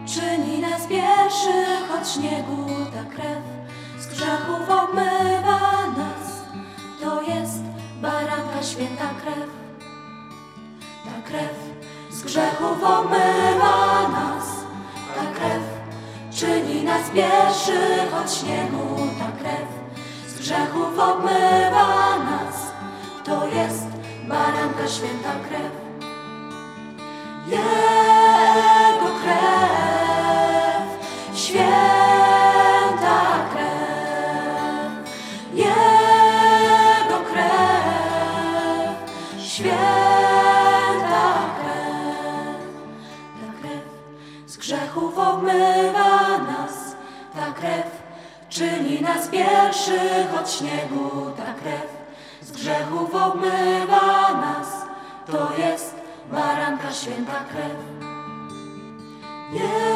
czyni nas pierwszych od śniegu. Ta krew z grzechów obmywa nas, to jest baranka święta krew. Ta krew z grzechów obmywa nas, ta krew czyni nas pierwszych od śniegu. Ta krew z grzechów obmywa nas, to jest baranka święta krew. Jego krew, święta krew, Jego krew, święta krew. Ta krew z grzechów obmywa nas, ta krew czyni nas pierwszych od śniegu. Ta krew z grzechów obmywa nas, to jest baranka święta krew.